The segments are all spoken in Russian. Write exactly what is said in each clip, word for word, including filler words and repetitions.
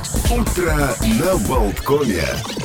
Утро на Болткоме.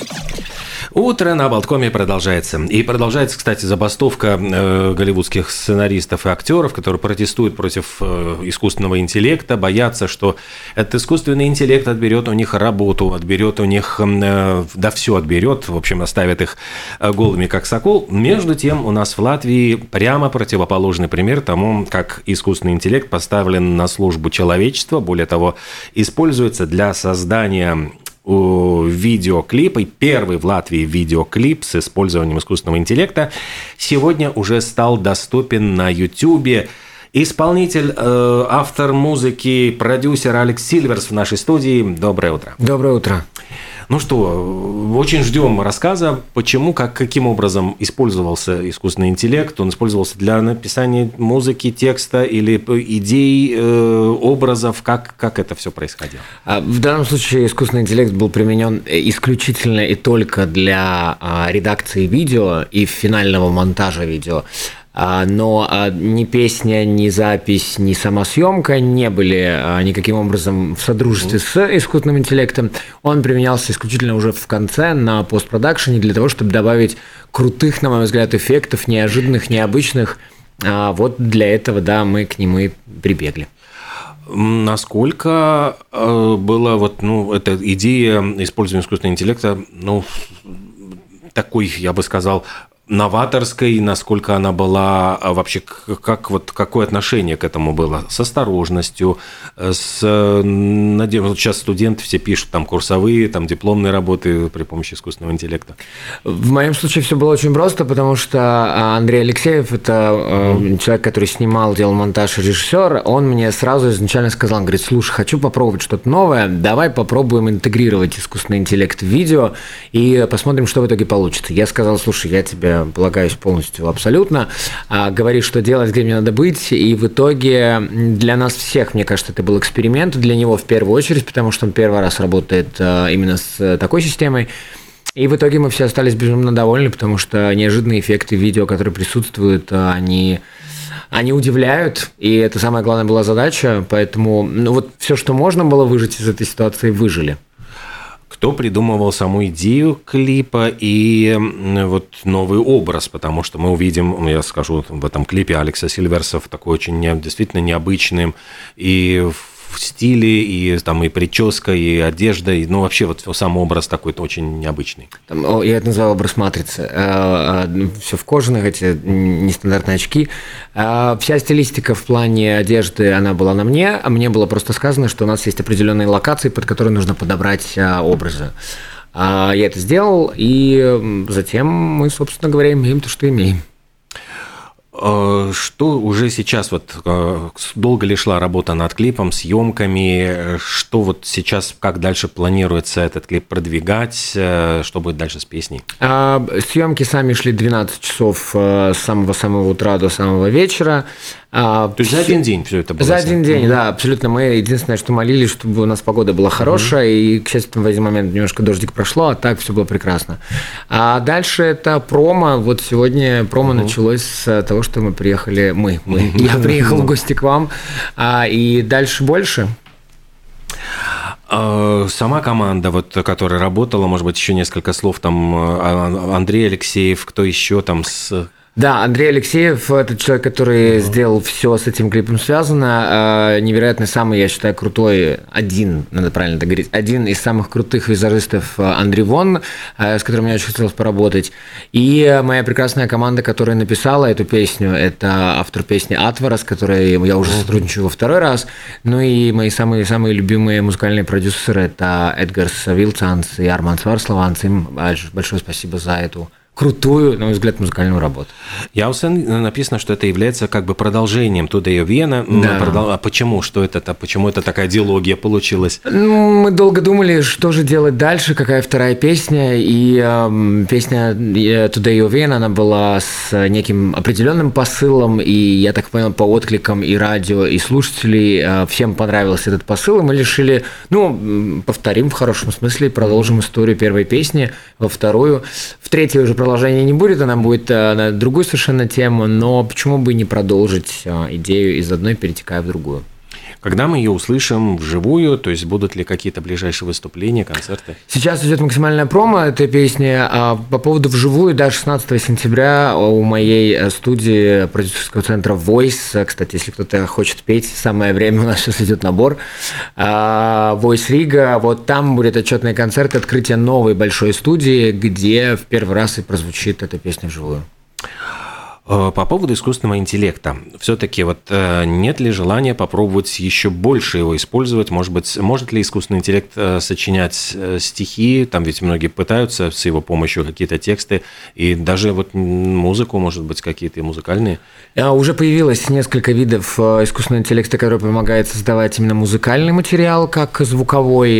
Утро на Болткоме продолжается. И продолжается, кстати, забастовка э, голливудских сценаристов и актеров, которые протестуют против э, искусственного интеллекта, боятся, что этот искусственный интеллект отберет у них работу, отберет у них, э, да все отберет, в общем, оставит их голыми, как сокол. Между тем, у нас в Латвии прямо противоположный пример тому, как искусственный интеллект поставлен на службу человечества, более того, используется для создания видеоклип, и первый в Латвии видеоклип с использованием искусственного интеллекта сегодня уже стал доступен на Ютубе. Исполнитель, э, автор музыки, продюсер Алекс Сильверс в нашей студии. Доброе утро. Доброе утро. Ну что, очень ждем рассказа, почему, как, каким образом использовался искусственный интеллект. Он использовался для написания музыки, текста или идей, э, образов, как, как это все происходило? В данном случае искусственный интеллект был применен исключительно и только для редакции видео и финального монтажа видео. Но ни песня, ни запись, ни сама съемка не были никаким образом в содружестве с искусственным интеллектом. Он применялся исключительно уже в конце на постпродакшене для того, чтобы добавить крутых, на мой взгляд, эффектов, неожиданных, необычных. Вот для этого, да, мы к нему и прибегли. Насколько была вот, ну, эта идея использования искусственного интеллекта, ну, такой, я бы сказал, новаторской, насколько она была вообще, как, вот, какое отношение к этому было? С осторожностью, с, надеюсь, вот сейчас студенты все пишут там курсовые, там дипломные работы при помощи искусственного интеллекта. В моем случае все было очень просто, потому что Андрей Алексеев, это mm-hmm. человек, который снимал, делал монтаж и режиссер, он мне сразу изначально сказал, он говорит, слушай, хочу попробовать что-то новое, давай попробуем интегрировать искусственный интеллект в видео и посмотрим, что в итоге получится. Я сказал, слушай, я тебе полагаюсь полностью абсолютно, говори, что делать, где мне надо быть, и в итоге для нас всех, мне кажется, это был эксперимент, для него в первую очередь, потому что он первый раз работает именно с такой системой, и в итоге мы все остались безумно довольны, потому что неожиданные эффекты видео, которые присутствуют, они... Они удивляют, и это самая главная была задача, поэтому ну, вот все, что можно было выжить из этой ситуации, выжили. Кто придумывал саму идею клипа и вот новый образ, потому что мы увидим, я скажу, в этом клипе Алекса Сильверса такой очень не, действительно необычным и в стиле, и там и прическа, и одежда, и, ну вообще вот сам образ такой-то очень необычный. Там, я это называю образ матрицы. Все в кожаных, эти нестандартные очки. Вся стилистика в плане одежды, она была на мне, а мне было просто сказано, что у нас есть определенные локации, под которые нужно подобрать образы. Я это сделал, и затем мы, собственно говоря, имеем то, что имеем. Что уже сейчас, вот долго ли шла работа над клипом, съемками, что вот сейчас, как дальше планируется этот клип продвигать, что будет дальше с песней? Съемки сами шли двенадцать часов с самого-самого утра до самого вечера. То есть за один день все это было? За один день, mm-hmm. да, абсолютно. Мы единственное, что молились, чтобы у нас погода была хорошая, mm-hmm. и, к счастью, в один момент немножко дождик прошло, а так все было прекрасно. А дальше это промо. Вот сегодня промо mm-hmm. началось с того, что мы приехали, мы, мы. Mm-hmm. Я приехал в гости к вам, а, и дальше больше. Сама команда, вот, которая работала, может быть, еще несколько слов, там Андрей Алексеев, кто еще там с... Да, Андрей Алексеев – это человек, который uh-huh. сделал все с этим клипом связано. Невероятный, самый, я считаю, крутой, один, надо правильно это говорить, один из самых крутых визажистов Андрей Вон, с которым мне очень хотелось поработать. И моя прекрасная команда, которая написала эту песню, это автор песни «Атвара», с которой я уже сотрудничаю во второй раз. Ну и мои самые-самые любимые музыкальные продюсеры – это Эдгарс Вилцанс и Арман Сварславанс. Им большое спасибо за эту крутую, на мой взгляд, музыкальную работу. Я написано, что это является как бы продолжением Туда и Вена. Да. А почему? Что это? Почему это такая диалогия получилась? Ну, мы долго думали, что же делать дальше, какая вторая песня. И э, песня Туда и Вена, она была с неким определенным посылом. И я так понял, по откликам и радио, и слушателей э, всем понравился этот посыл. И мы решили, ну, повторим в хорошем смысле, продолжим историю первой песни во вторую. В третью уже продолжения не будет, она будет на другую совершенно тему, но почему бы не продолжить идею из одной, перетекая в другую? Когда мы ее услышим вживую, то есть будут ли какие-то ближайшие выступления, концерты? Сейчас идет максимальная промо этой песни. А по поводу вживую, да, шестнадцатого сентября у моей студии продюсерского центра Voice, кстати, если кто-то хочет петь, самое время, у нас сейчас идет набор, Voice Riga, вот там будет отчетный концерт открытия новой большой студии, где в первый раз и прозвучит эта песня вживую. По поводу искусственного интеллекта, все-таки вот нет ли желания попробовать еще больше его использовать? Может быть, может ли искусственный интеллект сочинять стихи? Там ведь многие пытаются с его помощью какие-то тексты, и даже вот музыку, может быть, какие-то музыкальные? Уже появилось несколько видов искусственного интеллекта, который помогает создавать именно музыкальный материал, как звуковой.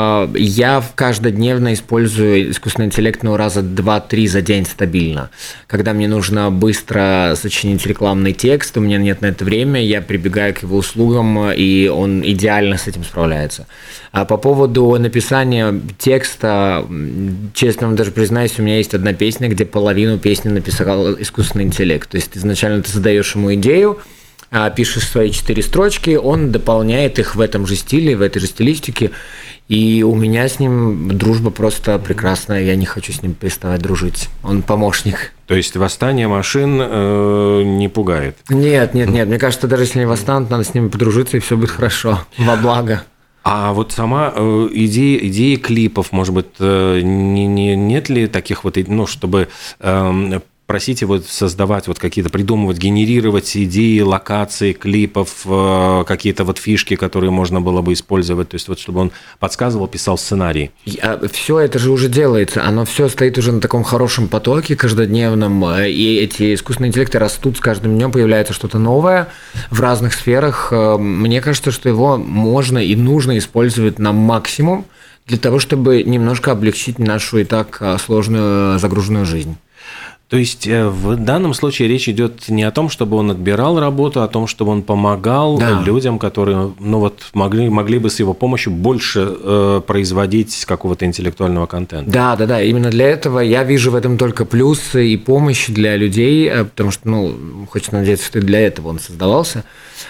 Я каждодневно использую искусственный интеллект, ну, раза два-три за день стабильно. Когда мне нужно быстро сочинить рекламный текст, у меня нет на это времени, я прибегаю к его услугам, и он идеально с этим справляется. А по поводу написания текста, честно вам даже признаюсь, у меня есть одна песня, где половину песни написал искусственный интеллект. То есть изначально ты задаешь ему идею, пишешь свои четыре строчки, он дополняет их в этом же стиле, в этой же стилистике, и у меня с ним дружба просто прекрасная, я не хочу с ним переставать дружить, он помощник. То есть восстание машин э, не пугает? Нет, нет, нет, мне кажется, даже если они восстанут, надо с ними подружиться, и все будет хорошо, во благо. А вот сама э, идея, идеи клипов, может быть, э, не, не, нет ли таких вот, ну, чтобы... Э, просить его создавать вот какие-то, придумывать, генерировать идеи, локации, клипов, какие-то вот фишки, которые можно было бы использовать, то есть вот чтобы он подсказывал, писал сценарий. Все это же уже делается, оно все стоит уже на таком хорошем потоке каждодневном, и эти искусственные интеллекты растут с каждым днем, появляется что-то новое в разных сферах. Мне кажется, что его можно и нужно использовать на максимум для того, чтобы немножко облегчить нашу и так сложную загруженную жизнь. То есть в данном случае речь идет не о том, чтобы он отбирал работу, а о том, чтобы он помогал да. людям, которые ну, вот, могли, могли бы с его помощью больше э, производить какого-то интеллектуального контента. Да, да, да. Именно для этого я вижу в этом только плюсы и помощь для людей, потому что, ну, хочется надеяться, что и для этого он создавался.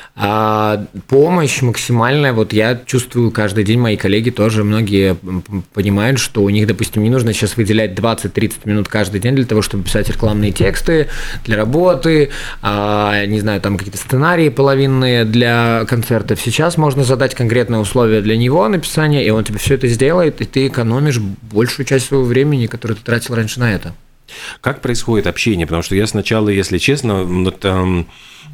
А помощь максимальная, вот я чувствую каждый день, мои коллеги тоже, многие понимают, что у них, допустим, не нужно сейчас выделять двадцать-тридцать минут каждый день для того, чтобы писать рекламные тексты для работы, а, не знаю, там какие-то сценарии половинные для концертов. Сейчас можно задать конкретные условия для него написания, и он тебе все это сделает, и ты экономишь большую часть своего времени, которое ты тратил раньше на это. Как происходит общение? Потому что я сначала, если честно, вот, эм...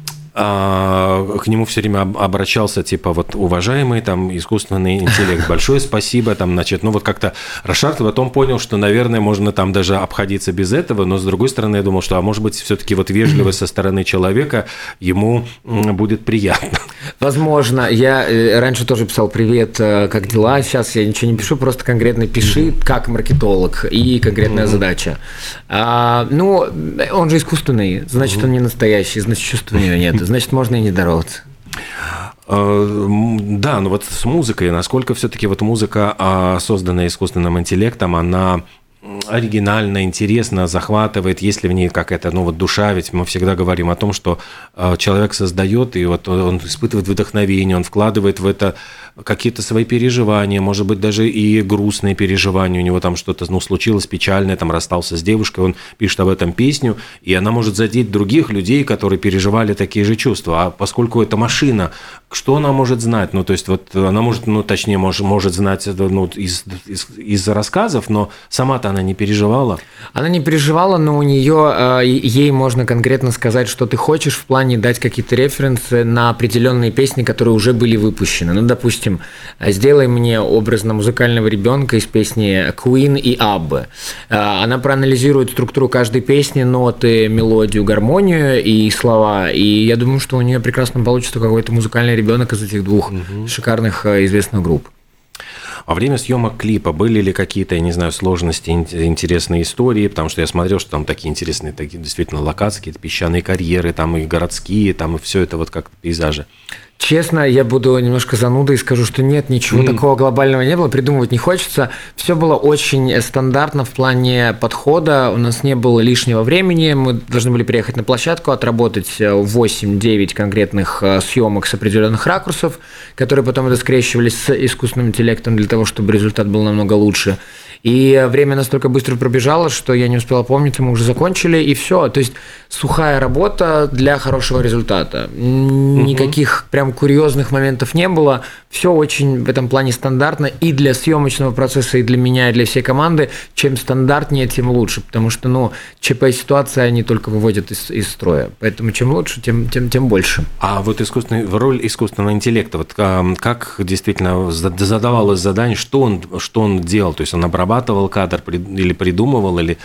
к нему все время обращался, типа, вот, уважаемый там искусственный интеллект, большое спасибо, там, значит, ну вот как-то расшарт, потом понял, что, наверное, можно там даже обходиться без этого, но с другой стороны, я думал, что, а может быть, все-таки вот вежливость со стороны человека ему будет приятно. Возможно, я раньше тоже писал «Привет, как дела?», сейчас я ничего не пишу, просто конкретно пиши, как маркетолог, и конкретная mm-hmm. задача. А, ну, он же искусственный, значит, mm-hmm. он не настоящий, значит, чувств у него нет. Значит, можно и не здороваться. Да, но вот с музыкой, насколько все-таки вот музыка, созданная искусственным интеллектом, она оригинально, интересно, захватывает, есть ли в ней какая-то, ну вот душа, ведь мы всегда говорим о том, что человек создает, и вот он испытывает вдохновение, он вкладывает в это какие-то свои переживания, может быть, даже и грустные переживания, у него там что-то, ну, случилось печальное, там, расстался с девушкой, он пишет об этом песню, и она может задеть других людей, которые переживали такие же чувства, а поскольку это машина, что она может знать, ну, то есть, вот, она может, ну, точнее, может, может знать, ну, из, из, из рассказов, но сама-то она не переживала. Она не переживала, но у нее, ей можно конкретно сказать, что ты хочешь, в плане дать какие-то референсы на определенные песни, которые уже были выпущены, ну, допустим, сделай мне образно музыкального ребенка из песни Queen и Аббы. Она проанализирует структуру каждой песни, ноты, мелодию, гармонию и слова. И я думаю, что у нее прекрасно получится какой-то музыкальный ребенок из этих двух угу. шикарных известных групп. Во время съемок клипа были ли какие-то, я не знаю, сложности, интересные истории? Потому что я смотрел, что там такие интересные, такие действительно локации, какие-то песчаные карьеры, там и городские, там и все это вот как пейзажи. Честно, я буду немножко занудой и скажу, что нет, ничего mm. такого глобального не было, придумывать не хочется. Все было очень стандартно в плане подхода, у нас не было лишнего времени, мы должны были приехать на площадку, отработать восемь-девять конкретных съемок с определенных ракурсов, которые потом скрещивались с искусственным интеллектом для того, чтобы результат был намного лучше. И время настолько быстро пробежало, что я не успела помнить, мы уже закончили, и все. То есть сухая работа для хорошего результата. Никаких прям курьезных моментов не было. Все очень в этом плане стандартно и для съемочного процесса, и для меня, и для всей команды. Чем стандартнее, тем лучше, потому что, ну, ЧП-ситуация они только выводят из, из строя. Поэтому чем лучше, тем, тем, тем больше. А вот искусственный, роль искусственного интеллекта, вот как действительно задавалось задание, что он, что он делал? То есть он обрабатывал кадр или придумывал, или...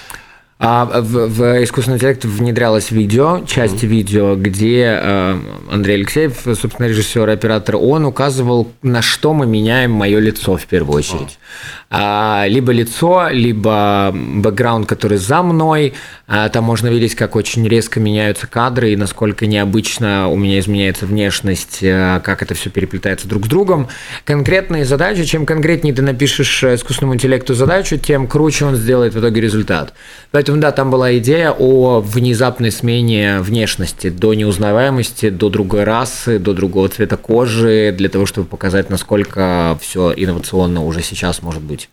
А в, в искусственный интеллект внедрялось видео, часть mm-hmm. видео, где э, Андрей Алексеев, собственно, режиссер и оператор, он указывал, на что мы меняем мое лицо в первую очередь. Oh. А, либо лицо, либо бэкграунд, который за мной. А, там можно видеть, как очень резко меняются кадры и насколько необычно у меня изменяется внешность, как это все переплетается друг с другом. Конкретные задачи, чем конкретнее ты напишешь искусственному интеллекту задачу, тем круче он сделает в итоге результат. Поэтому да, там была идея о внезапной смене внешности до неузнаваемости, до другой расы, до другого цвета кожи, для того, чтобы показать, насколько все инновационно уже сейчас может быть.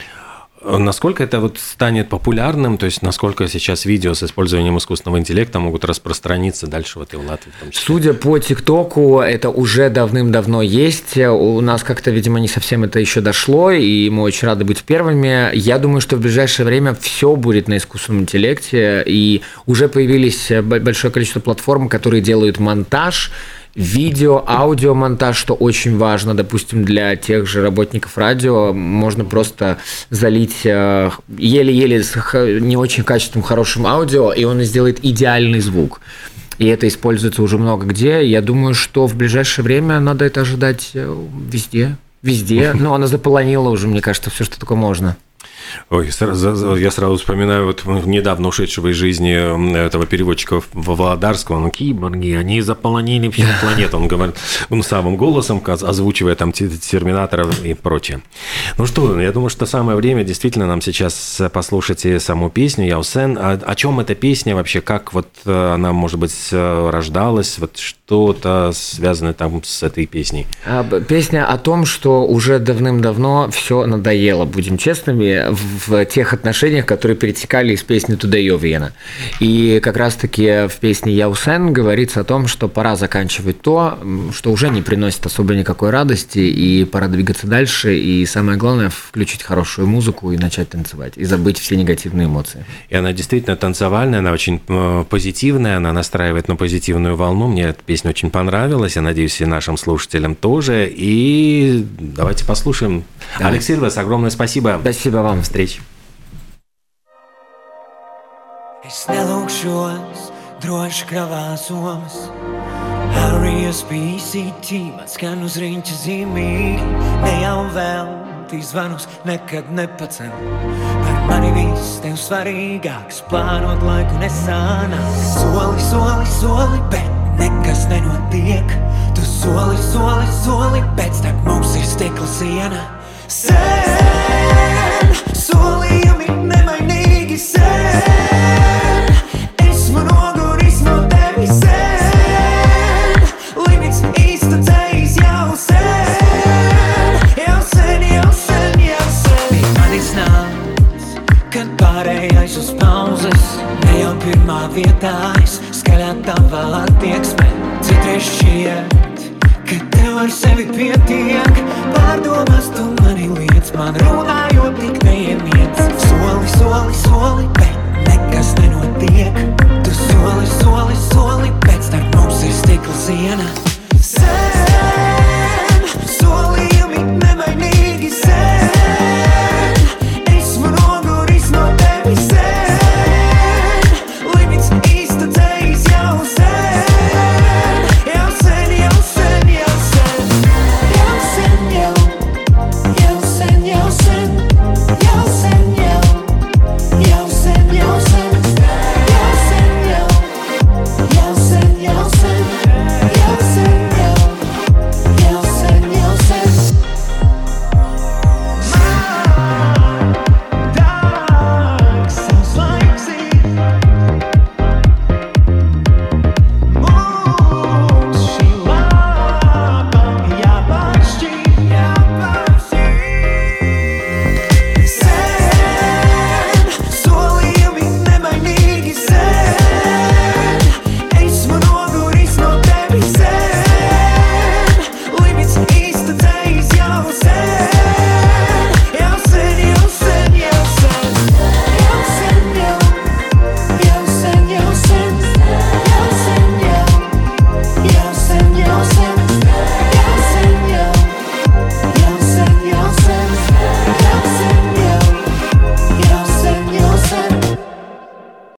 Насколько это вот станет популярным, то есть насколько сейчас видео с использованием искусственного интеллекта могут распространиться дальше вот и в Латвии в том числе? Судя по ТикТоку, это уже давным-давно есть. У нас как-то, видимо, не совсем это еще дошло, и мы очень рады быть первыми. Я думаю, что в ближайшее время все будет на искусственном интеллекте, и уже появились большое количество платформ, которые делают монтаж, видео, аудиомонтаж, что очень важно, допустим, для тех же работников радио, можно просто залить еле-еле с не очень качественным хорошим аудио, и он сделает идеальный звук. И это используется уже много где. Я думаю, что в ближайшее время надо это ожидать везде. Везде. Ну, она заполонила уже, мне кажется, все, что только можно. Ой, я сразу вспоминаю вот недавно ушедшего из жизни этого переводчика Володарского, ну, киборги, они заполонили всю планету, он говорит, он самым голосом, озвучивая там терминаторов и прочее. Ну что, я думаю, что самое время действительно нам сейчас послушать и саму песню «Яусен». О, о чем эта песня вообще, как вот она, может быть, рождалась, вот что-то связанное там с этой песней? Песня о том, что уже давным-давно все надоело, будем честными, в тех отношениях, которые перетекали из песни «Today Овена». И как раз-таки в песне «Яусен» говорится о том, что пора заканчивать то, что уже не приносит особо никакой радости, и пора двигаться дальше, и самое главное – включить хорошую музыку и начать танцевать, и забыть все негативные эмоции. И она действительно танцевальная, она очень позитивная, она настраивает на позитивную волну. Мне эта песня очень понравилась, я надеюсь, и нашим слушателям тоже. И давайте послушаем. Да. Алексей Ильвас, огромное спасибо. Spasiba вам. Встречи. Es nelūkšos droši kravāsos, arī es P C T, man skan uz riņķa zīmīgi, ne jau vēl tīs zvanus nekad nepacem. Par mani viss tev svarīgāks, plānot laiku nesānāk. Soli, soli, soli, bet nekas nenotiek. Tu soli, soli, soli, pēc tak mums ir stikla siena. Sen, solījumi nemainīgi sen. Esmu noguris no tevis sen. Limits iztecējis jau sen. Jau sen, jau sen, jau sen. Pie manis nāc, kad pārējais uz pauzes. Ne jau pirmā vietā es skaļā tavā attieksme. Citreiz šķiet, ka tev ar sevi pietiek. Pārdomās tu mani liec, man runājot tik neiemiet. Soli, soli, soli, bet nekas nenotiek. Tu soli, soli, soli, pēc tam mums ir stikla siena.